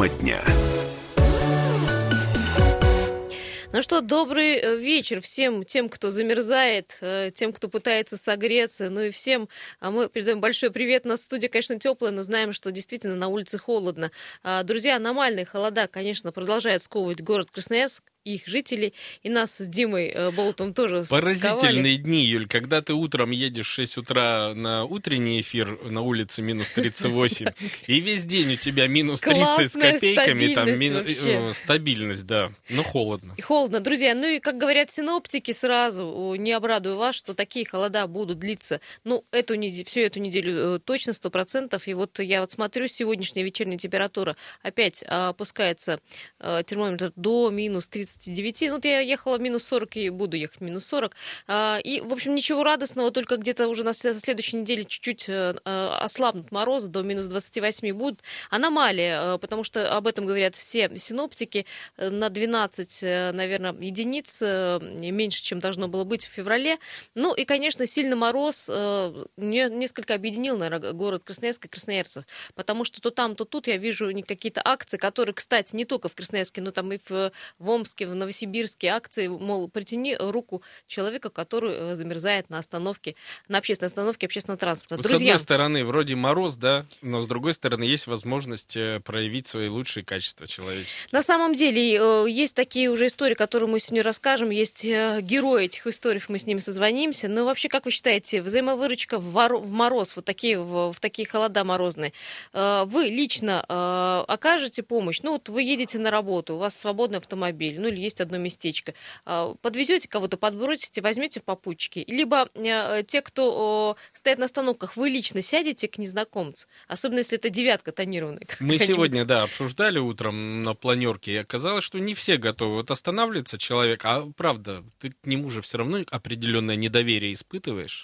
дня. Ну что, добрый вечер всем тем, кто замерзает, тем, кто пытается согреться, ну и всем мы передаем большой привет. У нас студия, конечно, теплая, но знаем, что действительно на улице холодно. Друзья, аномальные холода, конечно, продолжают сковывать город Красноярск, их жителей, и нас с Димой Болтом тоже Поразительные сковали. дни, Юль, когда ты утром едешь в 6 утра на утренний эфир, на улице минус 38, и весь день у тебя минус 30 с копейками, там стабильность, да, но холодно. Холодно, друзья. Ну и, как говорят синоптики, сразу не обрадую вас, что такие холода будут длиться, ну, всю эту неделю точно, 100%. И вот я вот смотрю, сегодняшняя вечерняя температура опять опускается, термометр до минус 39. Ну, вот я ехала в минус 40 и буду ехать в минус 40. И, в общем, ничего радостного, только где-то уже на следующей неделе чуть-чуть ослабнут морозы, до минус 28 будут. Аномалия, потому что об этом говорят все синоптики, на 12, наверное, единиц меньше, чем должно было быть в феврале. Ну и, конечно, сильный мороз несколько объединил, наверное, город Красноярск и красноярцев, потому что то там, то тут я вижу какие-то акции, которые, кстати, не только в Красноярске, но там и в Омске, в Новосибирске акции, мол, протяни руку человека, который замерзает на остановке, на общественной остановке общественного транспорта. Вот Друзья, с одной стороны, вроде мороз, да, но с другой стороны, есть возможность проявить свои лучшие качества человеческие. на самом деле, есть такие уже истории, которые мы сегодня расскажем, есть герои этих историй, мы с ними созвонимся. Но вообще, как вы считаете, взаимовыручка в мороз, в такие холода морозные, вы лично окажете помощь? Ну, вот вы едете на работу, у вас свободный автомобиль, ну, или есть одно местечко. Подвезете кого-то, подбросите, возьмете в попутчики. Либо те, кто стоят на остановках, вы лично сядете к незнакомцу, особенно если это девятка тонированная. Мы сегодня, да, обсуждали утром на планерке, и оказалось, что не все готовы. Вот останавливается человек, а правда, ты к нему же все равно определенное недоверие испытываешь.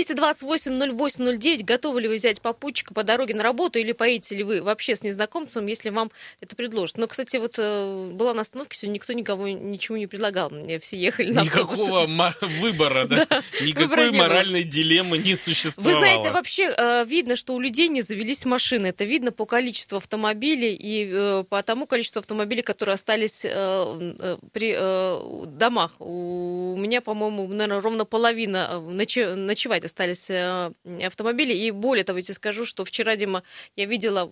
228-08-09. Готовы ли вы взять попутчика по дороге на работу, или поедете ли вы вообще с незнакомцем, если вам это предложат? Но, кстати, вот была на остановке, сегодня никто никого ничего не предлагал. Все ехали на автобус. Никакого выбора, да? Никакой моральной дилеммы не существовало. Вы знаете, вообще видно, что у людей не завелись машины. Это видно по количеству автомобилей и по тому количеству автомобилей, которые остались при домах. У меня, по-моему, наверное, ровно половина ночевать остались автомобили. И более того, я тебе скажу, что вчера, Дима, я видела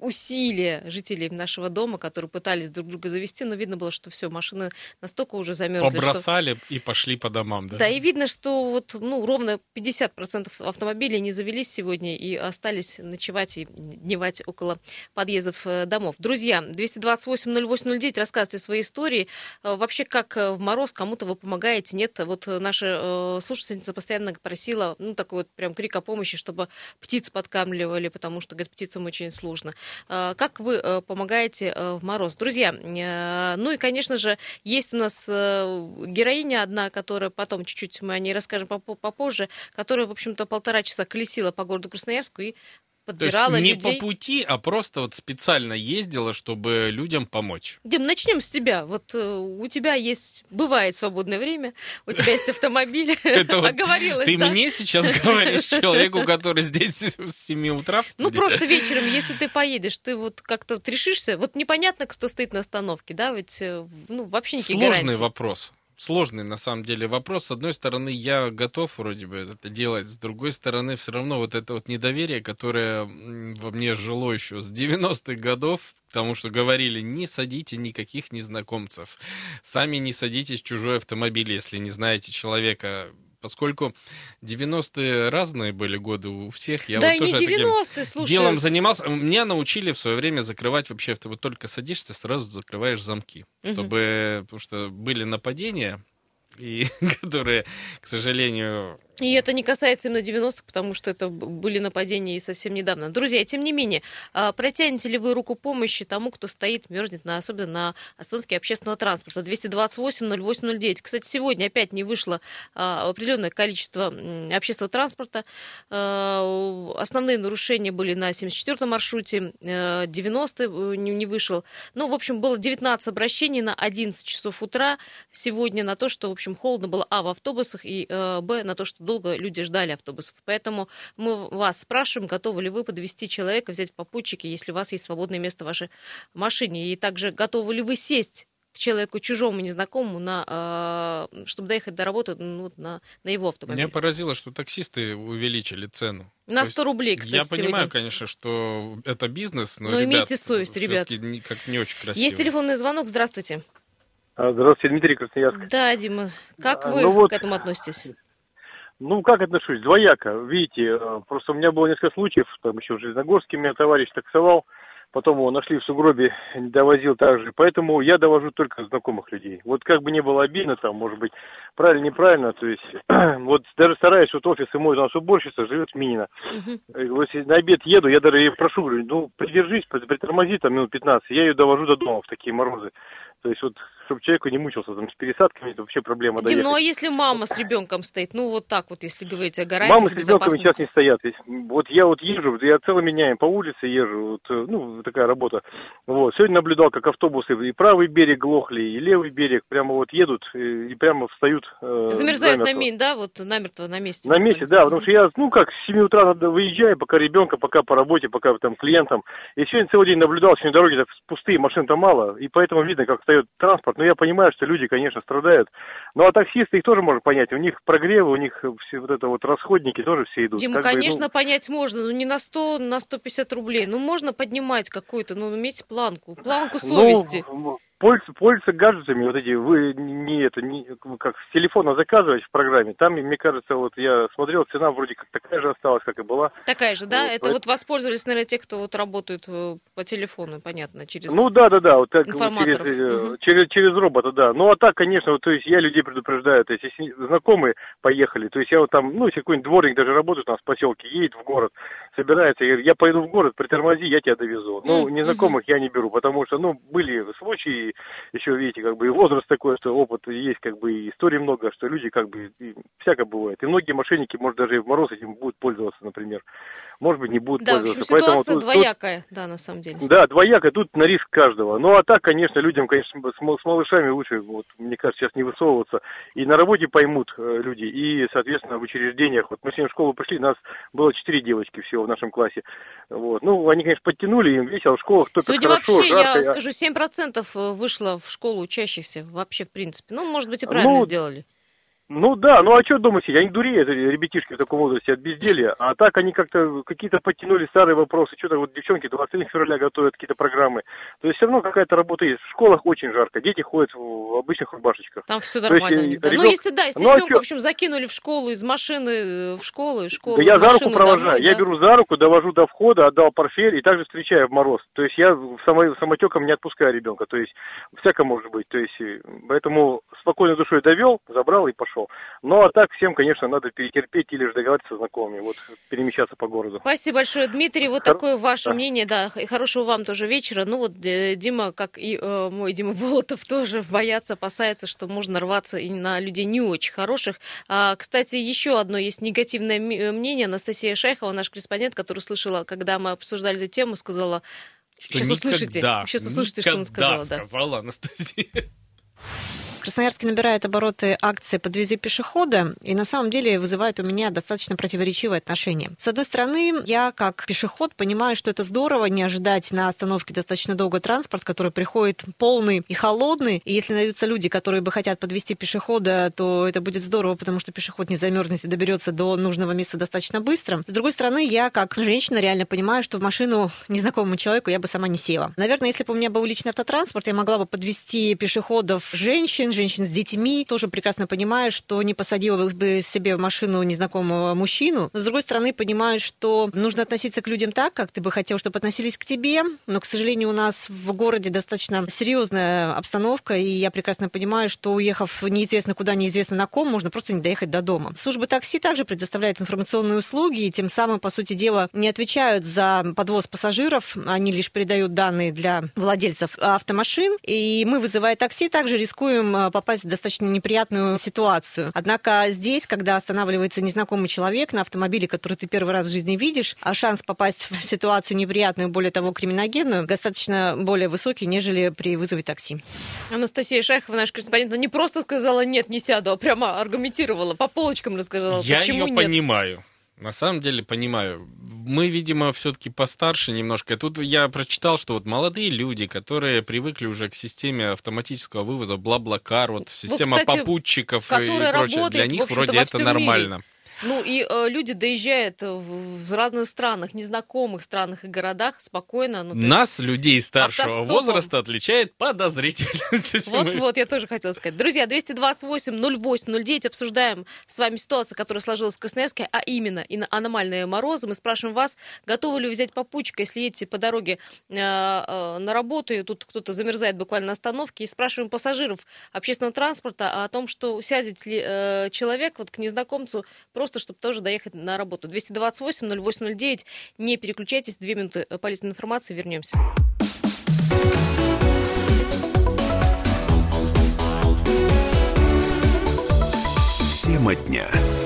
усилия жителей нашего дома, которые пытались друг друга завести, но видно было, что все, машины настолько уже замерзли. Побросали и пошли по домам, да? Да, и видно, что вот, ровно 50% автомобилей не завелись сегодня и остались ночевать и дневать около подъездов домов. Друзья, 228-08-09, рассказывайте свои истории. Вообще, как в мороз, кому-то вы помогаете, нет? Вот наша слушательница постоянно просила, такой вот прям крик о помощи, чтобы птиц подкармливали, потому что, говорит, птицам очень сложно. Как вы помогаете в мороз? Друзья, ну и, конечно же, есть у нас героиня одна, которая потом чуть-чуть мы о ней расскажем попозже, которая, в общем-то, 1,5 часа колесила по городу Красноярску и подбирала людей. То есть не по пути, а просто вот специально ездила, чтобы людям помочь. Дим, начнем с тебя. Вот у тебя бывает свободное время, у тебя есть автомобиль. Оговорилась, ты мне сейчас говоришь, человеку, который здесь с 7 утра в студии? Ну, просто вечером, если ты поедешь, ты вот как-то решишься. Вот непонятно, кто стоит на остановке, да, ведь вообще никаких гарантий. Сложный вопрос. Сложный, на самом деле, вопрос. С одной стороны, я готов вроде бы это делать, с другой стороны, все равно вот это вот недоверие, которое во мне жило еще с 90-х годов, потому что говорили, не садите никаких незнакомцев, сами не садитесь в чужой автомобиль, если не знаете человека. Поскольку 90-е разные были годы у всех, я да вот и тоже не 90-е, слушай. делом занимался. Меня научили в свое время закрывать вообще, ты вот только садишься, сразу закрываешь замки. Потому что были нападения, и которые, к сожалению... И это не касается именно 90-х, потому что это были нападения и совсем недавно. Друзья, тем не менее, протянете ли вы руку помощи тому, кто стоит, мерзнет, особенно на остановке общественного транспорта? 228-08-09. Кстати, сегодня опять не вышло определенное количество общественного транспорта. Основные нарушения были на 74-м маршруте, 90-й не вышел. Ну, в общем, было 19 обращений на 11 часов утра сегодня на то, что, в общем, холодно было, в автобусах, и, на то, что что долго люди ждали автобусов. Поэтому мы вас спрашиваем, готовы ли вы подвезти человека, взять попутчики, если у вас есть свободное место в вашей машине. И также готовы ли вы сесть к человеку чужому, незнакомому, чтобы доехать до работы на его автомобиль. Меня поразило, что таксисты увеличили цену. На 100 рублей, кстати, я сегодня. понимаю, конечно, что это бизнес, но имейте совесть, ребят. Как не очень красиво. Есть телефонный звонок. Здравствуйте. Здравствуйте, Дмитрий, Красноярск. Да, Дима. Как вы к этому относитесь? Как отношусь? Двояко. Видите, просто у меня было несколько случаев, там еще в Железногорске меня товарищ таксовал, потом его нашли в сугробе, довозил также. Поэтому я довожу только знакомых людей. Вот как бы не было обидно, там, может быть, правильно, неправильно, то есть, вот даже стараюсь, вот офис и мой, у нас уборщица живет в Минино. Вот если на обед еду, я даже ее прошу, говорю, придержись, притормози там минут 15, я ее довожу до дома в такие морозы. То есть вот, чтобы человеку не мучился там с пересадками, это вообще проблема. Дим, а если мама с ребенком стоит, вот так вот, если говорить о гарантиях мамы с ребенком сейчас не стоят. Вот я езжу, я целыми днями по улице езжу, такая работа. Вот, сегодня наблюдал, как автобусы и правый берег глохли, и левый берег прямо вот едут и прямо встают. Замерзают намертво на месте. На месте, да, потому что я, с 7 утра надо выезжаю, пока ребенка, пока по работе, пока там клиентам. И сегодня целый день наблюдал, сегодня дороги так пустые, машин-то мало, и поэтому видно, как встает транспорт. Но я понимаю, что люди, конечно, страдают. Ну, а таксисты их тоже можно понять. У них прогревы, у них все вот это вот расходники тоже все идут. Дима, конечно, понять можно, но не на 100, на 150 рублей. Можно поднимать какую-то, иметь планку совести. Пользуются гаджетами, вот эти, вы как с телефона заказывать в программе, там, мне кажется, вот я смотрел, цена вроде как такая же осталась, как и была. Такая же, да? Это воспользовались, наверное, те, кто работают по телефону, понятно, через да, вот так, информаторов. Через робота, да. А так, конечно, то есть я людей предупреждаю, то есть если знакомые поехали, то есть я вот там, если какой-нибудь дворник даже работает у нас в поселке, едет в город, собирается, я говорю, я пойду в город, притормози, я тебя довезу. Незнакомых я не беру, потому что, были случаи, еще, видите, и возраст такой, что опыт есть, и историй много, что люди, всяко бывает. И многие мошенники, может, даже и в мороз этим будут пользоваться, например. Может быть, не будут пользоваться. Да, в общем, ситуация двоякая, на самом деле. Да, двоякая, тут на риск каждого. А так, конечно, людям, с малышами лучше, мне кажется, сейчас не высовываться. И на работе поймут люди, и, соответственно, в учреждениях. Вот мы сегодня в школу пришли, нас было 4 девочки всего в нашем классе. Вот. Они, конечно, подтянули, им весело, в школах только сегодня хорошо, вообще, жарко. Я скажу, 7% вышло в школу учащихся, вообще, в принципе. Может быть, и правильно сделали. Да, а что дома сидеть? Они дуреют, ребятишки в таком возрасте от безделья. А так они какие-то подтянули старые вопросы. Что-то девчонки 23 февраля готовят какие-то программы. То есть все равно какая-то работа есть. В школах очень жарко. Дети ходят в обычных рубашечках. Там все нормально. Если ребенка, в общем, закинули в школу, из машины в школу, из школы да я за руку провожаю. Домой, я беру за руку, довожу до входа, отдал портфель и также встречаю в мороз. То есть я самотеком не отпускаю ребенка. То есть всяко может быть. То есть поэтому спокойной душой довел, забрал и пошел. А так всем, конечно, надо перетерпеть или же договориться со знакомыми, перемещаться по городу. Спасибо большое, Дмитрий. Такое ваше мнение, да. И хорошего вам тоже вечера. Дима, как и мой Дима Болотов, тоже боятся, опасаются, что можно рваться и на людей не очень хороших. Кстати, еще одно есть негативное мнение. Анастасия Шайхова, наш корреспондент, который слышала, когда мы обсуждали эту тему, сказала... Сейчас услышите, что она сказала. Сказала Анастасия. В Красноярске набирает обороты акции «Подвези пешехода», и на самом деле вызывает у меня достаточно противоречивое отношение. С одной стороны, я как пешеход понимаю, что это здорово не ожидать на остановке достаточно долго транспорт, который приходит полный и холодный, и если найдутся люди, которые бы хотят подвести пешехода, то это будет здорово, потому что пешеход не замерзнет и доберется до нужного места достаточно быстро. С другой стороны, я как женщина реально понимаю, что в машину незнакомому человеку я бы сама не села. Наверное, если бы у меня был личный автотранспорт, я могла бы подвести пешеходов женщин с детьми, тоже прекрасно понимаю, что не посадила бы себе в машину незнакомого мужчину. Но, с другой стороны, понимаю, что нужно относиться к людям так, как ты бы хотел, чтобы относились к тебе. Но, к сожалению, у нас в городе достаточно серьезная обстановка, и я прекрасно понимаю, что, уехав неизвестно куда, неизвестно на ком, можно просто не доехать до дома. Службы такси также предоставляют информационные услуги, и тем самым, по сути дела, не отвечают за подвоз пассажиров, они лишь передают данные для владельцев автомашин. И мы, вызывая такси, также рискуем попасть в достаточно неприятную ситуацию. Однако здесь, когда останавливается незнакомый человек на автомобиле, который ты первый раз в жизни видишь, а шанс попасть в ситуацию неприятную, более того, криминогенную, достаточно более высокий, нежели при вызове такси. Анастасия Шайхова, наш корреспондент, не просто сказала «нет, не сяду», а прямо аргументировала, по полочкам рассказала, почему нет. Я ее понимаю. На самом деле понимаю. Мы, видимо, все-таки постарше немножко. Тут я прочитал, что вот молодые люди, которые привыкли уже к системе автоматического вывоза, бла-бла-кар, вот система попутчиков и прочее, для них вроде это нормально. Мире. Ну и люди доезжают в разных странах, незнакомых странах и городах спокойно. Ну, нас, людей старшего возраста, отличает подозрительность. Вот, я тоже хотела сказать. Друзья, 228-08-09 обсуждаем с вами ситуацию, которая сложилась в Красноярске, а именно аномальные морозы. Мы спрашиваем вас, готовы ли вы взять попутчика, если едете по дороге на работу, и тут кто-то замерзает буквально на остановке, и спрашиваем пассажиров общественного транспорта о том, что сядет ли человек вот к незнакомцу просто чтобы тоже доехать на работу. 228-08-09. Не переключайтесь. 2 минуты полезной информации. Вернемся. Тема дня.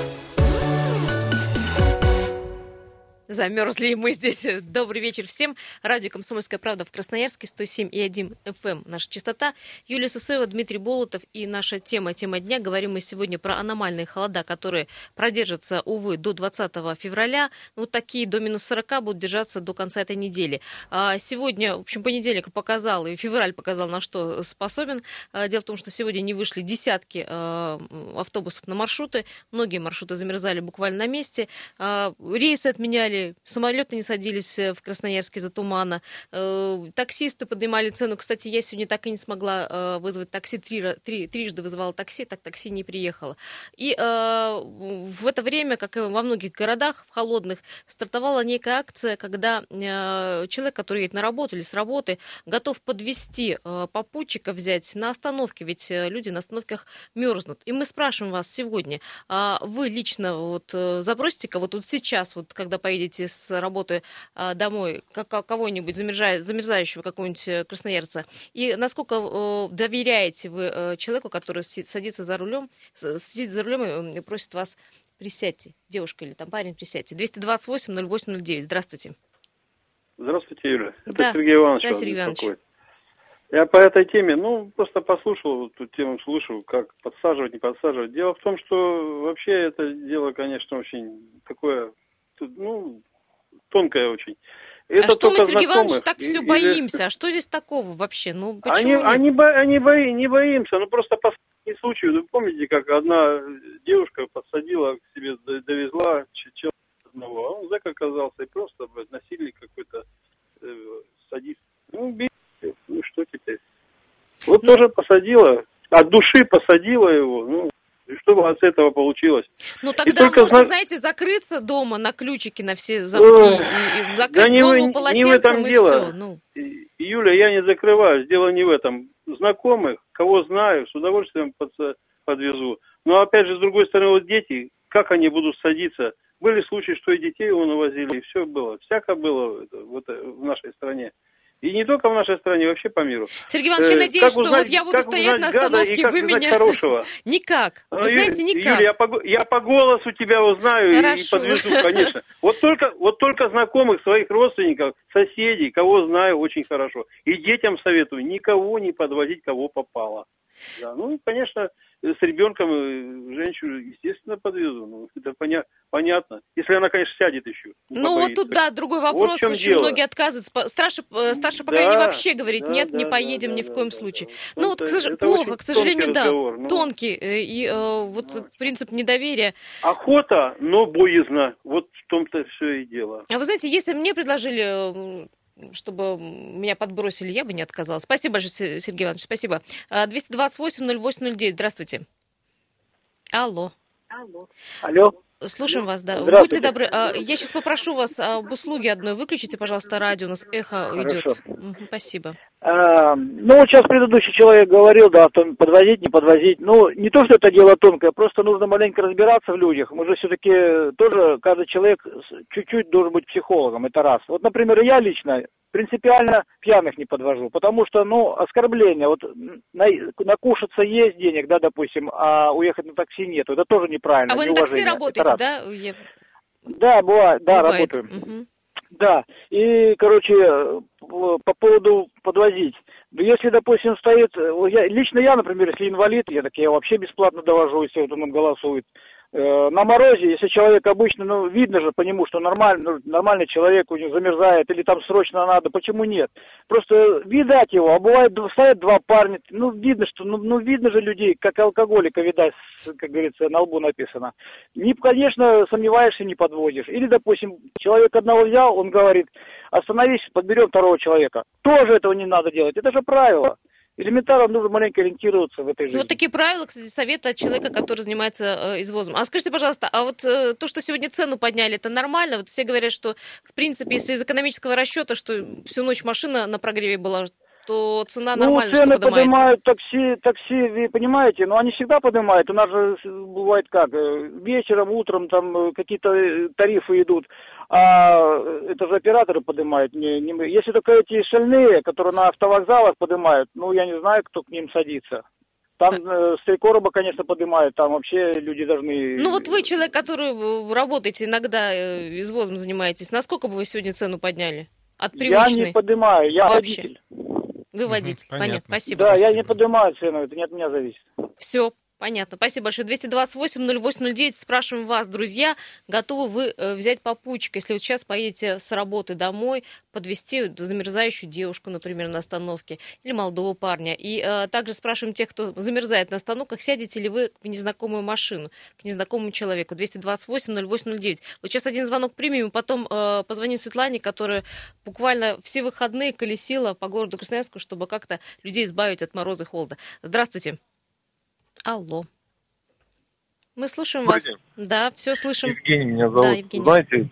Замерзли и мы здесь. Добрый вечер всем. Радио «Комсомольская правда» в Красноярске, 107,1 FM. Наша частота. Юлия Сысоева, Дмитрий Болотов. И наша тема дня. Говорим мы сегодня про аномальные холода, которые продержатся, увы, до 20 февраля. Вот такие до минус 40 будут держаться до конца этой недели. Сегодня, в общем, понедельник показал, и февраль показал, на что способен. Дело в том, что сегодня не вышли десятки автобусов на маршруты. Многие маршруты замерзали буквально на месте. Рейсы отменяли. Самолеты не садились в Красноярске из-за тумана. Таксисты поднимали цену. Кстати, я сегодня так и не смогла вызвать такси. Трижды вызывала такси, так такси не приехало. И в это время, как и во многих городах в холодных, стартовала некая акция, когда человек, который едет на работу или с работы, готов подвезти попутчика, взять на остановке, ведь люди на остановках мерзнут. И мы спрашиваем вас сегодня, вы лично вот запросите-ка вот сейчас, вот когда поедете с работы домой кого-нибудь замерзающего какого-нибудь красноярца, и насколько доверяете вы человеку, который сидит за рулем и просит вас: присядьте, девушка или там парень, присядьте. 228-08-09. Здравствуйте. Здравствуйте, Юля. Это да. Сергей Иванович. Да, Сергей Иванович. Я по этой теме, просто послушал эту тему, слушал, как подсаживать, не подсаживать. Дело в том, что вообще это дело, конечно, очень такое, тонкое очень. Это что мы, Сергей знакомых. Иванович, так все боимся? А что здесь такого вообще? Почему не боимся, просто последний случай. Вы помните, как одна девушка подсадила к себе, довезла человека одного, а он зэк оказался, и просто насильник какой-то садист. Что теперь? Тоже посадила, от души посадила его, и что от этого получилось? Тогда можно, знаете, закрыться дома на ключики, на все замки, и закрыть голову полотенцем, не в этом и дело. все. Юля, я не закрываюсь, дело не в этом. Знакомых, кого знаю, с удовольствием подвезу. Но опять же, с другой стороны, дети, как они будут садиться? Были случаи, что и детей вон увозили, и все было. Всяко было в нашей стране. И не только в нашей стране, вообще по миру. Сергей Иванович, я надеюсь, что вот я буду стоять на остановке, вы меня... Хорошего? Никак. Вы знаете, никак. Юля, я по голосу тебя узнаю. Хорошо. И подвезу, конечно. Вот только знакомых, своих родственников, соседей, кого знаю очень хорошо. И детям советую никого не подвозить, кого попало. Да, конечно, с ребенком женщину, естественно, подвезу. Это понятно. Если она, конечно, сядет еще. Другой вопрос. Вот очень многие отказываются. Старшее поколение вообще говорит: нет, не поедем ни в коем случае. Плохо, к сожалению, тонкий. И принцип недоверия. Охота, но боязно. Вот в том-то все и дело. А вы знаете, если мне предложили, чтобы меня подбросили, я бы не отказалась. Спасибо большое, Сергей Иванович, спасибо. 228-08-09, здравствуйте. Алло. Слушаем вас, да. Будьте добры. Я сейчас попрошу вас об услуге одной. Выключите, пожалуйста, радио, у нас эхо идет. Спасибо. Сейчас предыдущий человек говорил, подвозить, не подвозить. Не то, что это дело тонкое, просто нужно маленько разбираться в людях. Мы же все-таки тоже, каждый человек чуть-чуть должен быть психологом, это раз. Вот, например, я лично принципиально пьяных не подвожу, потому что, оскорбление, вот накушаться есть денег, да, допустим, а уехать на такси нету, это тоже неправильно. А вы на такси работаете, да? Да, бывает, да, Бывает. работаю. Угу. Да, и, по поводу подвозить. Если, допустим, стоит, лично я, например, если инвалид, я вообще бесплатно довожу, если вот он голосует. На морозе, если человек обычно, видно же по нему, что нормальный человек, у него замерзает, или там срочно надо, почему нет? Просто видать его, а бывает, стоят два парня, видно, что, видно же людей, как алкоголика, видать, как говорится, на лбу написано. Конечно, сомневаешься, не подвозишь. Или, допустим, человек одного взял, он говорит, остановись, подберем второго человека. Тоже этого не надо делать, это же правило. Элементарно нужно маленько ориентироваться в этой жизни. Вот такие правила, кстати, совета от человека, который занимается извозом. А скажите, пожалуйста, а вот то, что сегодня цену подняли, это нормально? Вот все говорят, что, в принципе, если из экономического расчета, что всю ночь машина на прогреве была, то цена нормальная, цены что поднимается. поднимают, такси, вы понимаете, но они всегда поднимают. У нас же бывает как, вечером, утром там какие-то тарифы идут, а это же операторы поднимают, не мы. Если только эти шальные, которые на автовокзалах поднимают, я не знаю, кто к ним садится. Там с 3 короба, конечно, поднимают, там вообще люди должны... Вот вы человек, который работаете, иногда извозом занимаетесь, насколько бы вы сегодня цену подняли? От привычной? Я не поднимаю, я вообще водитель. Вы водитель, понятно. Спасибо. Да, я не поднимаю цену, это не от меня зависит. Все, понятно. Спасибо большое. 228-08-09. Спрашиваем вас, друзья, готовы вы взять попутчика, если вот сейчас поедете с работы домой, подвезти замерзающую девушку, например, на остановке, или молодого парня. И также спрашиваем тех, кто замерзает на остановках, сядете ли вы в незнакомую машину, к незнакомому человеку. 228-08-09. Вот сейчас один звонок примем, потом позвоним Светлане, которая буквально все выходные колесила по городу Красноярску, чтобы как-то людей избавить от мороза и холода. Здравствуйте. Алло. Мы слушаем вас. Да, все слышим. Евгений меня зовут. Да, Евгений. Знаете,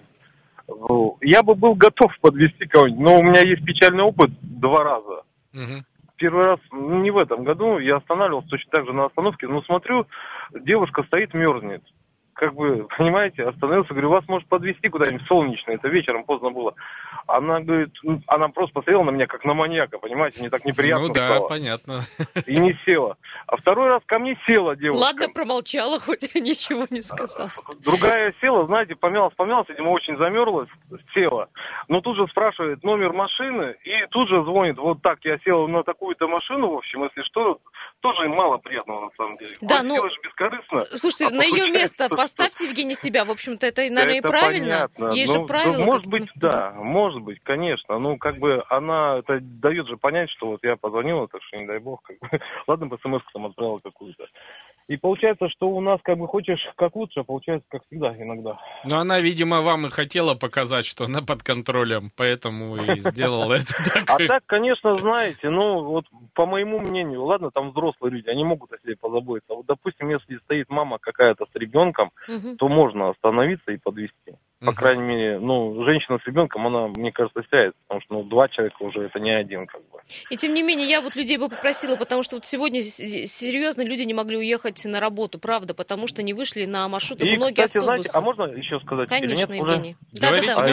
я бы был готов подвезти кого-нибудь, но у меня есть печальный опыт 2 раза. Угу. Первый раз, не в этом году, я останавливался точно так же на остановке, но смотрю, девушка стоит, мерзнет. Понимаете, остановился, говорю, вас может подвезти куда-нибудь солнечное, это вечером поздно было. Она говорит, она просто посмотрела на меня, как на маньяка, понимаете, мне так неприятно стало. Понятно. И не села. А второй раз ко мне села девушка. Ладно, промолчала, хоть ничего не сказала. Другая села, знаете, помялась, видимо, очень замерзлась, села. Но тут же спрашивает номер машины и тут же звонит, вот так, я села на такую-то машину, в общем, если что, тоже мало приятного на самом деле. Да, делаешь бескорыстно. Слушайте, на ее место поставьте, Евгений, себя, в общем-то, это, наверное, и правильно. Понятно. Есть же правила. Может быть, да, может быть, конечно. Она это дает же понять, что вот я позвонила, так что не дай бог, ладно бы смс-ку там отправила какую-то. И получается, что у нас хочешь как лучше, а получается как всегда иногда. Но она, видимо, вам и хотела показать, что она под контролем, поэтому и сделала это так. А так, конечно, знаете, вот по моему мнению, ладно, там взрослые люди, они могут о себе позаботиться. Вот, допустим, если стоит мама какая-то с ребенком, то можно остановиться и подвезти. По крайней мере, женщина с ребенком, она, мне кажется, сядет, потому что 2 человека уже это не один И тем не менее, я вот людей бы попросила, потому что вот сегодня серьезно люди не могли уехать на работу, правда, потому что не вышли на маршруты многие кстати, автобусы. Знаете, а можно еще сказать? Конечно, или нет? Евгений. Да.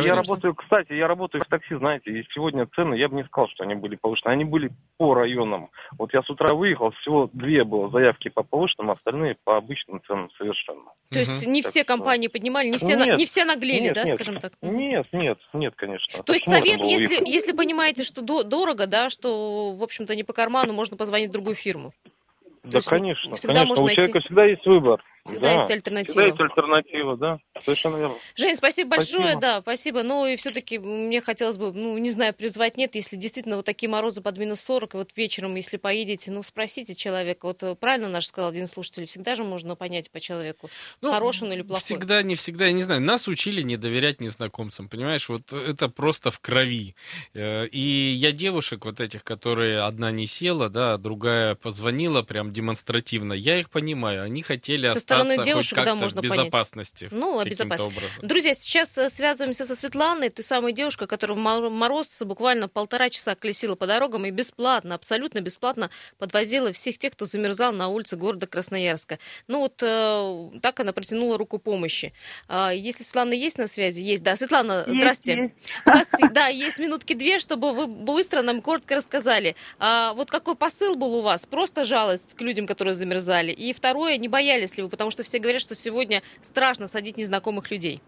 Я работаю в такси, знаете, и сегодня цены, я бы не сказал, что они были повышены, они были по районам. Вот я с утра выехал, всего 2 было заявки по повышенным, остальные по обычным ценам совершенно. То есть не все компании поднимали, не все наглели, скажем так? Нет, конечно. То есть совет, если понимаете, что дорого, да, что, в общем-то, не по карману, можно позвонить в другую фирму. Да, конечно. Всегда можно найти. У человека всегда есть выбор. Всегда есть альтернатива. Всегда есть альтернатива, да. Совершенно верно. Жень, спасибо большое, да, спасибо. И все-таки мне хотелось бы, не знаю, призвать нет, если действительно вот такие морозы под минус 40, и вот вечером, если поедете, спросите человека, вот правильно наш сказал один слушатель, всегда же можно понять по человеку, хороший он или плохой. Всегда, не всегда, я не знаю, нас учили не доверять незнакомцам, понимаешь, вот это просто в крови. И я девушек вот этих, которые одна не села, да, другая позвонила прям демонстративно, я их понимаю, они хотели остаться стороны девушек, да, можно понять. Безопасности. Ну, о безопасности. Друзья, сейчас связываемся со Светланой, той самой девушкой, которая в мороз буквально 1,5 часа колесила по дорогам и бесплатно, абсолютно бесплатно подвозила всех тех, кто замерзал на улице города Красноярска. Ну вот так она протянула руку помощи. Если Светлана есть на связи? Есть, да. Светлана, здрасте. У нас, да, есть минутки 2, чтобы вы быстро нам коротко рассказали. Вот какой посыл был у вас? Просто жалость к людям, которые замерзали? И второе, не боялись ли вы? Потому что все говорят, что сегодня страшно садить незнакомых людей.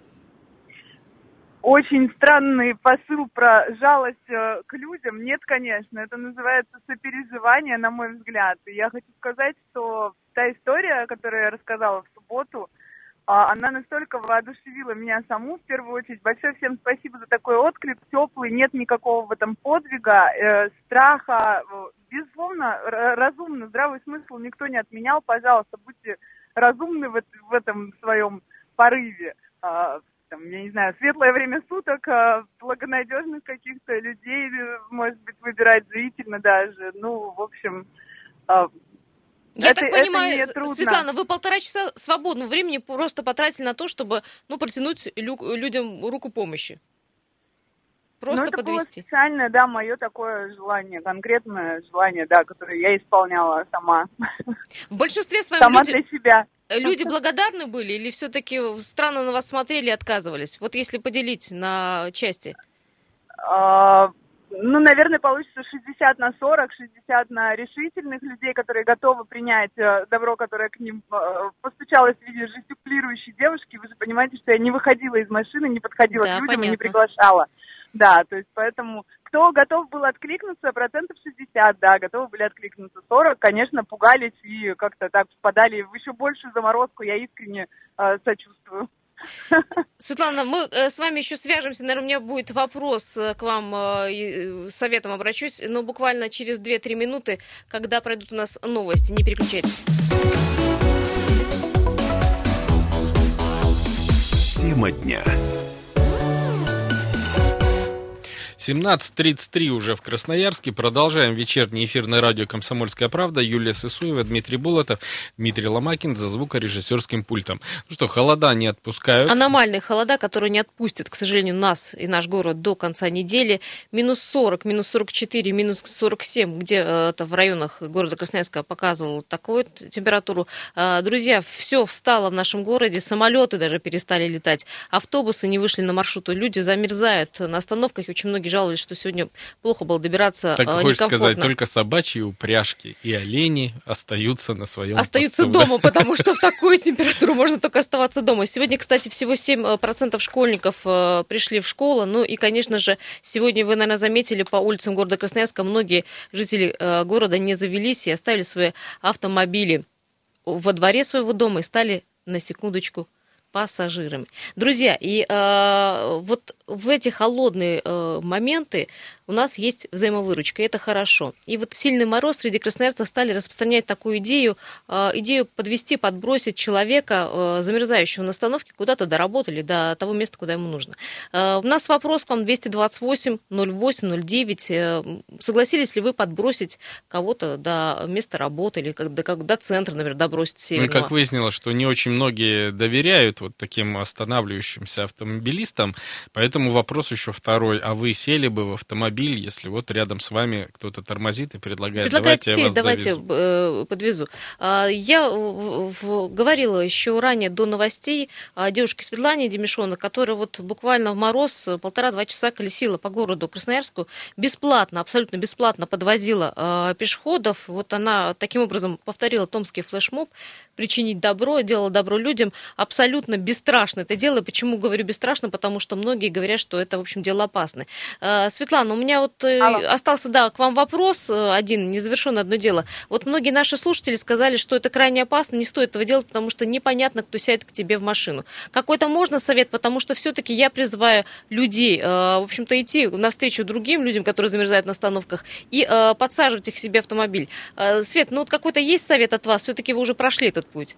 Очень странный посыл про жалость к людям. Нет, конечно, это называется сопереживание, на мой взгляд. И я хочу сказать, что та история, которую я рассказала в субботу, она настолько воодушевила меня саму, в первую очередь. Большое всем спасибо за такой отклик, теплый, нет никакого в этом подвига, страха. Безусловно, разумно, здравый смысл никто не отменял. Пожалуйста, будьте разумны в этом своем порыве. Там, я не знаю, светлое время суток, благонадежных каких-то людей, может быть, выбирать зрительно даже. Ну, в общем... Я так понимаю, Светлана, вы 1,5 часа свободного времени просто потратили на то, чтобы протянуть людям руку помощи. Просто это подвести. Было специальное, да, мое такое желание, конкретное желание, да, которое я исполняла сама. В большинстве своем сама для себя. Люди благодарны были или все-таки странно на вас смотрели и отказывались? Вот если поделить на части. Ну, наверное, получится 60/40, 60 на решительных людей, которые готовы принять добро, которое к ним постучалось в виде жестикулирующей девушки. Вы же понимаете, что я не выходила из машины, не подходила к людям и не приглашала. Да, то есть поэтому кто готов был откликнуться, 60%, да, готовы были откликнуться. 40%, конечно, пугались и как-то так впадали в еще большую заморозку. Я искренне сочувствую. Светлана, мы с вами еще свяжемся. Наверное, у меня будет вопрос к вам, с советом обращусь, но буквально через 2-3 минуты, когда пройдут у нас новости. Не переключайтесь. Тема дня. 17:33 уже в Красноярске. Продолжаем вечерний эфир на радио «Комсомольская правда». Юлия Сысуева, Дмитрий Болотов, Дмитрий Ломакин за звукорежиссерским пультом. Ну что, холода не отпускают. Аномальные холода, которые не отпустят, к сожалению, нас и наш город до конца недели. -40, -44, -47, где-то в районах города Красноярска показывал такую температуру. Друзья, все встало в нашем городе, самолеты даже перестали летать, автобусы не вышли на маршруты, люди замерзают на остановках, очень многие жаловались, что сегодня плохо было добираться, так некомфортно. Хочешь сказать, только собачьи упряжки и олени остаются на своем Остаются посту. дома, потому что в такую температуру можно только оставаться дома. Сегодня, кстати, всего 7% школьников пришли в школу. Ну и, конечно же, сегодня вы, наверное, заметили, по улицам города Красноярска многие жители города не завелись и оставили свои автомобили во дворе своего дома и стали, на секундочку, пассажирами. Друзья, и вот в эти холодные моменты у нас есть взаимовыручка, и это хорошо. И вот сильный мороз среди красноярцев стали распространять такую идею подвести, подбросить человека, замерзающего на остановке, куда-то до работы или до того места, куда ему нужно. У нас вопрос к вам 228-08-09. Согласились ли вы подбросить кого-то до места работы или до центра, например, добросить северного? Ну, как выяснилось, что не очень многие доверяют вот таким останавливающимся автомобилистам, поэтому вопрос еще второй. А вы сели бы в автомобиль, если вот рядом с вами кто-то тормозит и предлагает давайте я вас давайте подвезу. Я говорила еще ранее до новостей о девушке Светлане Демишона, которая вот буквально в мороз 1,5-2 часа колесила по городу Красноярску бесплатно, абсолютно бесплатно подвозила пешеходов. Вот она таким образом повторила томский флешмоб, причинить добро, делала добро людям, абсолютно бесстрашно это дело. Почему говорю бесстрашно? Потому что многие говорят, что это, в общем, дело опасное. Светлана, у меня вот остался, к вам вопрос один, незавершенное одно дело. Вот многие наши слушатели сказали, что это крайне опасно, не стоит этого делать, потому что непонятно, кто сядет к тебе в машину. Какой-то можно совет? Потому что все-таки я призываю людей, в общем-то, идти навстречу другим людям, которые замерзают на остановках, и подсаживать их к себе в автомобиль. Свет, вот какой-то есть совет от вас? Все-таки вы уже прошли этот путь.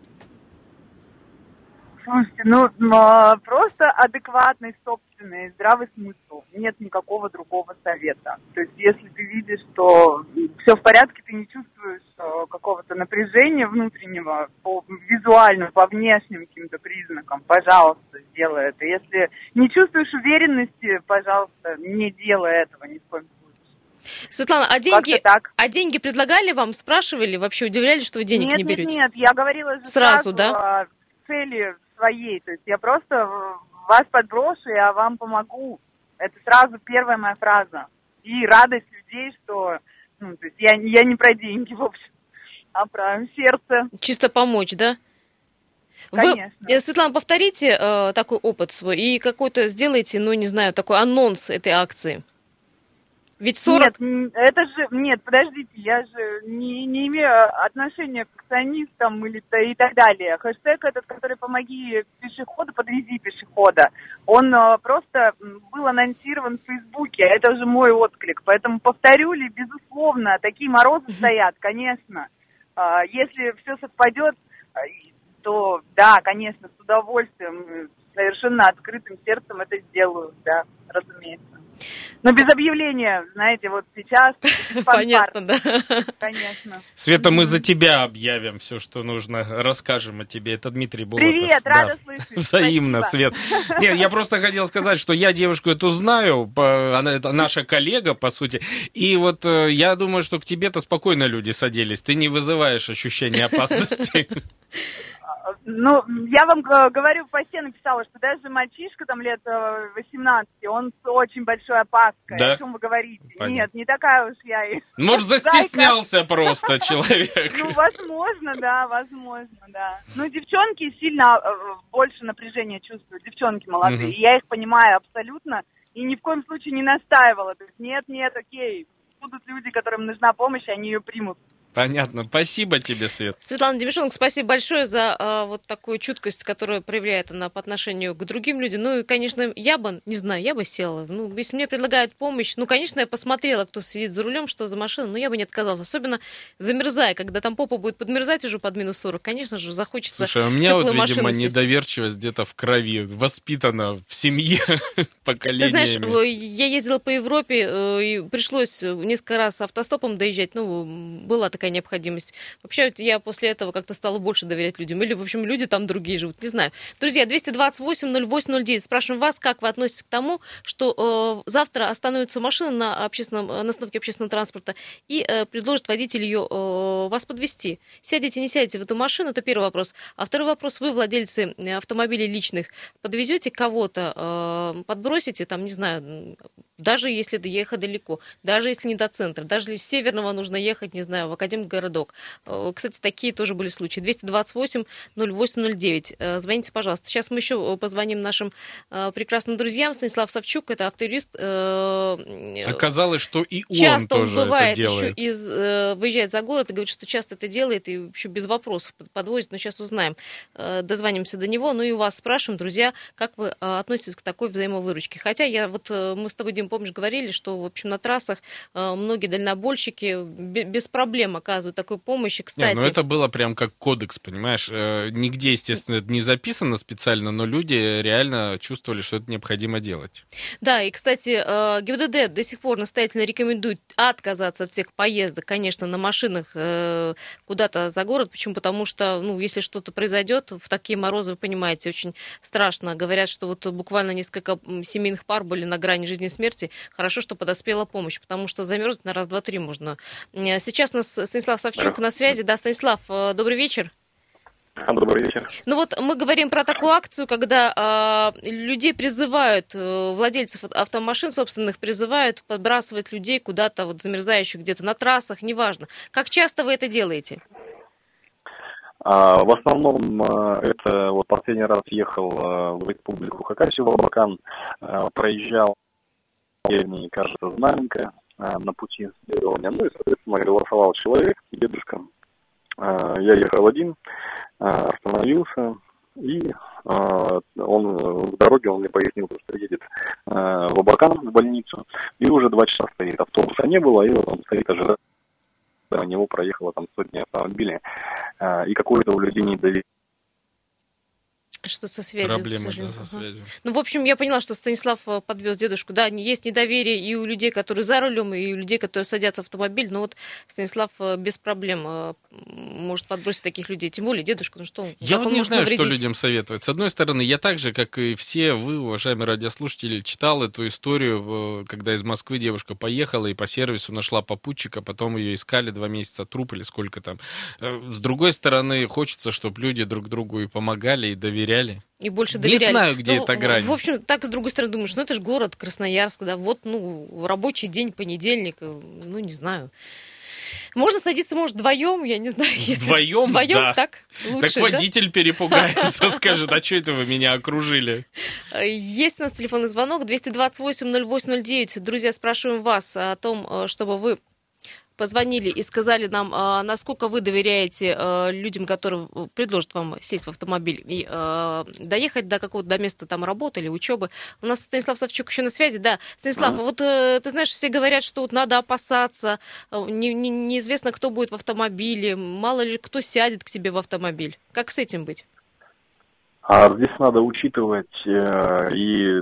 Слушайте, просто адекватный, собственный, здравый смысл. Нет никакого другого совета. То есть, если ты видишь, что все в порядке, ты не чувствуешь какого-то напряжения внутреннего по визуальным, по внешним каким-то признакам, пожалуйста, сделай это. Если не чувствуешь уверенности, пожалуйста, не делай этого ни в коем случае. Светлана, а деньги предлагали вам, спрашивали, вообще удивлялись, что вы денег не берете? Нет, я говорила же сразу да? О цели своей, то есть я просто вас подброшу, я вам помогу. Это сразу первая моя фраза. И радость людей, что, то есть я не про деньги, в общем, а про сердце. Чисто помочь, да? Конечно. Вы, Светлана, повторите такой опыт свой и какой-то сделайте, не знаю, такой анонс этой акции. Ведь 40... Нет, подождите, я же не имею отношения к акционистам и так далее. Хэштег этот, который «Помоги пешеходу, подвези пешехода», он просто был анонсирован в Фейсбуке, это уже мой отклик. Поэтому повторю ли, безусловно, такие морозы стоят, конечно. Если все совпадет, то да, конечно, с удовольствием, совершенно открытым сердцем это сделаю, да, разумеется. Но без объявления, знаете, вот сейчас... Понятно, да. Конечно. Света, мы за тебя объявим все, что нужно, расскажем о тебе. Это Дмитрий Болотов. Привет, рада слышать. Взаимно, Спасибо. Свет. Нет, я просто хотел сказать, что я девушку эту знаю, она это наша коллега, по сути, и вот я думаю, что к тебе-то спокойно люди садились, ты не вызываешь ощущения опасности. Я вам говорю, по стене написала, что даже мальчишка там лет 18, он с очень большой опаской. Да? О чем вы говорите? Понятно. Нет, не такая уж я и... Может, застеснялся просто человек. Возможно, да. Девчонки сильно больше напряжения чувствуют, девчонки молодые. И я их понимаю абсолютно и ни в коем случае не настаивала. То есть нет, окей, будут люди, которым нужна помощь, они ее примут. Понятно. Спасибо тебе, Свет. Светлана Демишонок, спасибо большое за вот такую чуткость, которую проявляет она по отношению к другим людям. И, конечно, я бы села. Если мне предлагают помощь, конечно, я посмотрела, кто сидит за рулем, что за машина, но я бы не отказалась. Особенно замерзая, когда там попа будет подмерзать уже под минус 40, конечно же, захочется Слушай, у меня машину видимо, недоверчивость где-то в крови, воспитана в семье поколениями. Ты знаешь, я ездила по Европе, и пришлось несколько раз автостопом доезжать, была такая необходимость. Вообще, я после этого как-то стала больше доверять людям. Или, в общем, люди там другие живут, не знаю. Друзья, 228-08-09. Спрашиваем вас, как вы относитесь к тому, что завтра остановится машина на остановке общественного транспорта и предложит водитель ее вас подвезти. Сядете, не сядете в эту машину, это первый вопрос. А второй вопрос, вы, владельцы автомобилей личных, подвезете кого-то, подбросите, не знаю, даже если доехать далеко, даже если не до центра, даже если с Северного нужно ехать, не знаю, в Академгородок. Кстати, такие тоже были случаи. 228-08-09. Звоните, пожалуйста. Сейчас мы еще позвоним нашим прекрасным друзьям. Станислав Савчук, это автоюрист. Оказалось, что и он часто тоже он бывает это делает. еще выезжает за город и говорит, что часто это делает и вообще без вопросов подвозит. Но сейчас узнаем. Дозвонимся до него. И у вас спрашиваем, друзья, как вы относитесь к такой взаимовыручке. Хотя мы с тобой, Дим, помнишь, говорили, что, в общем, на трассах многие дальнобойщики без проблем оказывают такую помощь. И, кстати... это было прям как кодекс, понимаешь? Нигде, естественно, это не записано специально, но люди реально чувствовали, что это необходимо делать. Да, и, кстати, ГИБДД до сих пор настоятельно рекомендует отказаться от всех поездок, конечно, на машинах куда-то за город. Почему? Потому что, если что-то произойдет, в такие морозы, вы понимаете, очень страшно. Говорят, что буквально несколько семейных пар были на грани жизни и смерти. Хорошо, что подоспела помощь, потому что замерзнуть на раз, два, три можно. Сейчас у нас Станислав Савчук на связи. Да, Станислав, добрый вечер. Добрый вечер. Мы говорим про такую акцию, когда людей призывают, владельцев автомашин собственных призывают подбрасывать людей куда-то, замерзающих где-то на трассах, неважно. Как часто вы это делаете? В основном это последний раз ехал в республику Хакасию, в Абакан, проезжал, мне кажется, Знаменка на пути следования. И, соответственно, голосовал человек, дедушка. Я ехал один, остановился, и он в дороге, он мне пояснил, что едет в Абакан, в больницу, и уже 2 часа стоит. Автобуса не было, и он стоит, ожидает. На него проехало сотни автомобилей, и какое-то у людей недоверие. Что со связью, Проблемы, да, со связью. Ну, в общем, я поняла, что Станислав подвез дедушку. Да, есть недоверие и у людей, которые за рулем, и у людей, которые садятся в автомобиль. Но вот Станислав без проблем может подбросить таких людей. Тем более дедушка, ну что, я вот он не может знаю, навредить? что людям советовать. С одной стороны, я так же, как и все вы, уважаемые радиослушатели, читал эту историю, когда из Москвы девушка поехала и по сервису нашла попутчика, потом ее искали 2 месяца, труп или сколько там. С другой стороны, хочется, чтобы люди друг другу и помогали, и доверяли. И больше доверяли. Не знаю, где эта грань. В общем, так, с другой стороны, думаешь, это же город Красноярск, да, вот, рабочий день, понедельник, не знаю. Можно садиться, может, вдвоем, я не знаю. Вдвоем, да. Так лучше, так водитель перепугается, скажет, а что это вы меня окружили? Есть у нас телефонный звонок 228-08-09. Друзья, спрашиваем вас о том, чтобы вы позвонили и сказали нам, насколько вы доверяете людям, которые предложат вам сесть в автомобиль и доехать до какого-то места там работы или учебы. У нас Станислав Савчук еще на связи. Да, Станислав, вот ты знаешь, все говорят, что вот надо опасаться, неизвестно, кто будет в автомобиле, мало ли кто сядет к тебе в автомобиль. Как с этим быть? Здесь надо учитывать и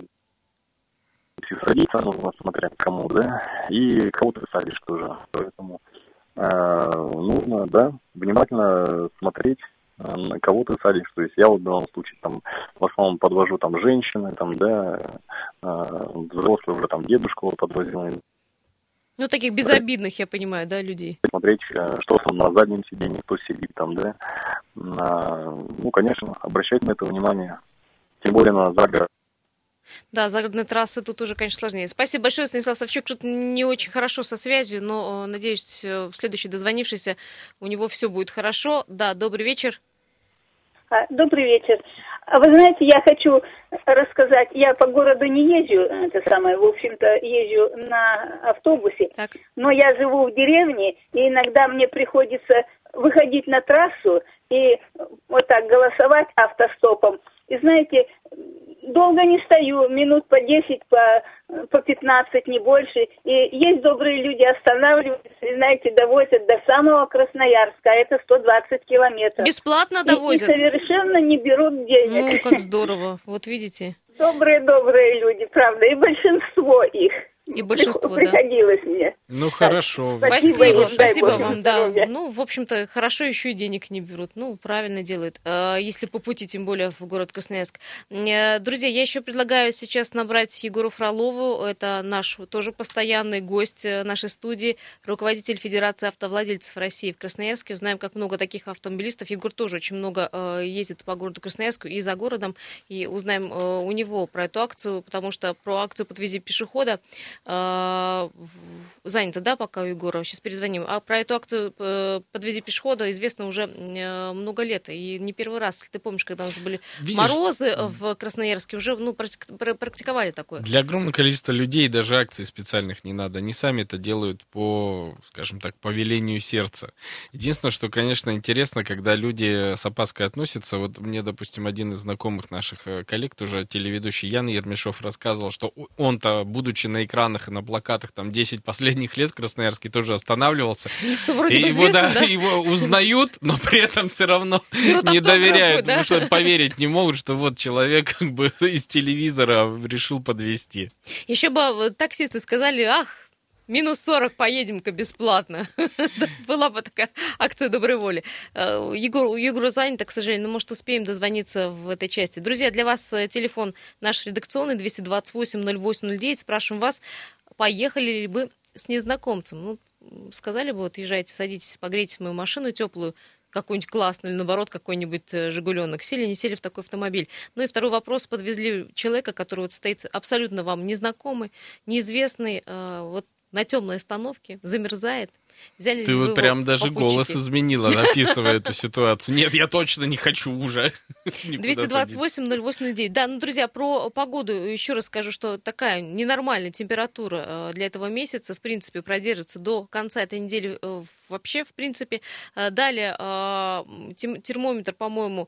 садиться нужно, смотря кому, да, и кого ты садишь тоже. Поэтому нужно, да, внимательно смотреть, на кого ты садишь. То есть я вот в данном случае там в основном подвожу там женщины, там, да, взрослые уже там дедушку подвозил. Ну, таких безобидных, я понимаю, да, людей. Смотреть, что там на заднем сиденье, кто сидит там, да. Конечно, обращать на это внимание. Тем более на загород. Да, загородные трассы тут уже, конечно, сложнее. Спасибо большое, Станислав Савчук. Что-то не очень хорошо со связью, но, надеюсь, в следующий дозвонившийся у него все будет хорошо. Да, добрый вечер. Добрый вечер. Вы знаете, я хочу рассказать, я по городу не езжу, в общем-то, езжу на автобусе, так. Но я живу в деревне, и иногда мне приходится выходить на трассу и вот так голосовать автостопом. И знаете, долго не стою, минут по 10, по 15, не больше. И есть добрые люди, останавливаются, и, знаете, довозят до самого Красноярска, а это 120 километров. Бесплатно довозят? И совершенно не берут денег. Ну, как здорово, вот видите. Добрые люди, правда, и большинство их. И большинство, приходилось мне. Ну, хорошо. Спасибо вам, да. Ну, в общем-то, хорошо еще и денег не берут. Ну, правильно делают. Если по пути, тем более в город Красноярск. Друзья, я еще предлагаю сейчас набрать Егору Фролову. Это наш тоже постоянный гость нашей студии, руководитель Федерации автовладельцев России в Красноярске. Узнаем, как много таких автомобилистов. Егор тоже очень много ездит по городу Красноярску и за городом. И узнаем у него про эту акцию, потому что про акцию «Подвези пешехода» занято, да, пока у Егора. Сейчас перезвоним. А про эту акцию «Подвези пешехода» известно уже много лет. И не первый раз. Ты помнишь, когда уже были морозы в Красноярске, уже практиковали такое. Для огромного количества людей даже акций специальных не надо. Они сами это делают по, скажем так, по велению сердца. Единственное, что, конечно, интересно, когда люди с опаской относятся. Вот мне, допустим, один из знакомых наших коллег, тоже телеведущий Ян Ермешов, рассказывал, что он-то, будучи на экранах и на плакатах там 10 последних лет в Красноярске, тоже останавливался. Его узнают, но при этом все равно не доверяют, потому что поверить не могут, что вот человек как бы из телевизора решил подвезти. Еще бы таксисты сказали, минус 40 поедем-ка бесплатно. Была бы такая акция доброй воли. Егор занято, к сожалению, но, может, успеем дозвониться в этой части. Друзья, для вас телефон наш редакционный 228-08-09. Спрашиваем вас, поехали ли бы с незнакомцем? Ну, сказали бы, вот, езжайте, садитесь, погрейтесь в мою машину теплую, какую-нибудь классную, или наоборот, какой-нибудь «Жигуленок». Сели, не сели в такой автомобиль? Ну и второй вопрос. Подвезли человека, который вот стоит абсолютно вам незнакомый, неизвестный, вот на темной остановке, замерзает. Взяли Ты вот прям даже голос изменила, описывая эту ситуацию. Нет, я точно не хочу уже. 228-08-09. Да, ну, друзья, про погоду еще раз скажу, что такая ненормальная температура для этого месяца, в принципе, продержится до конца этой недели вообще, в принципе. Далее термометр, по-моему,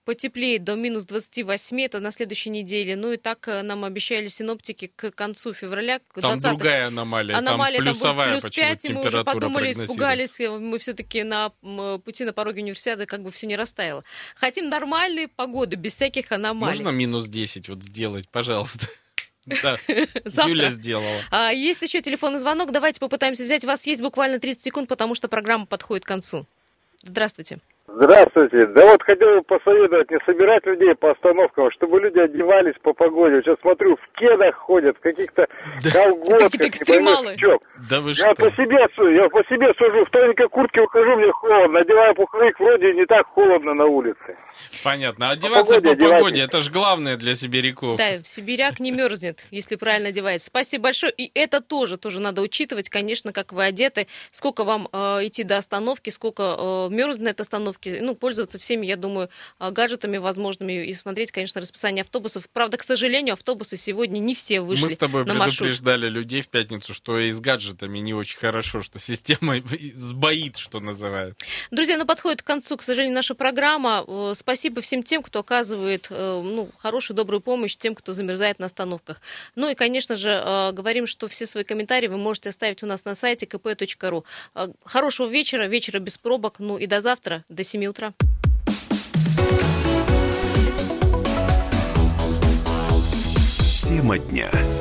потеплеет до минус 28, это на следующей неделе. Ну и так нам обещали синоптики к концу февраля. Там другая аномалия, там плюсовая плюс 5, и мы уже подумали, испугались, мы все-таки на пути на пороге универсиады как бы все не растаяло. Хотим нормальной погоды, без всяких аномалий. Можно минус 10 вот сделать, пожалуйста? Да, Юля сделала. Есть еще телефонный звонок, давайте попытаемся взять. У вас есть буквально 30 секунд, потому что программа подходит к концу. Здравствуйте. Здравствуйте. Да вот хотел бы посоветовать не собирать людей по остановкам, чтобы люди одевались по погоде. Сейчас смотрю, в кедах ходят, в каких-то колготках. Какие-то экстремалы. Да вы я по себе сужу, в тоненькой куртке выхожу, мне холодно. Надеваю пуховик, вроде не так холодно на улице. Понятно. Одеваться по погоде, это же главное для сибиряков. Да, сибиряк не мерзнет, если правильно одевается. Спасибо большое. И это тоже надо учитывать, конечно, как вы одеты, сколько вам идти до остановки, сколько мерзнет на этой остановке. Ну, пользоваться всеми, я думаю, гаджетами возможными и смотреть, конечно, расписание автобусов. Правда, к сожалению, автобусы сегодня не все вышли на маршрут. Мы с тобой предупреждали людей в пятницу, что и с гаджетами не очень хорошо, что система сбоит, что называют. Друзья, подходит к концу, к сожалению, наша программа. Спасибо всем тем, кто оказывает хорошую, добрую помощь тем, кто замерзает на остановках. Ну и, конечно же, говорим, что все свои комментарии вы можете оставить у нас на сайте kp.ru. Хорошего вечера без пробок, и до завтра, до 7 утра. Тема дня.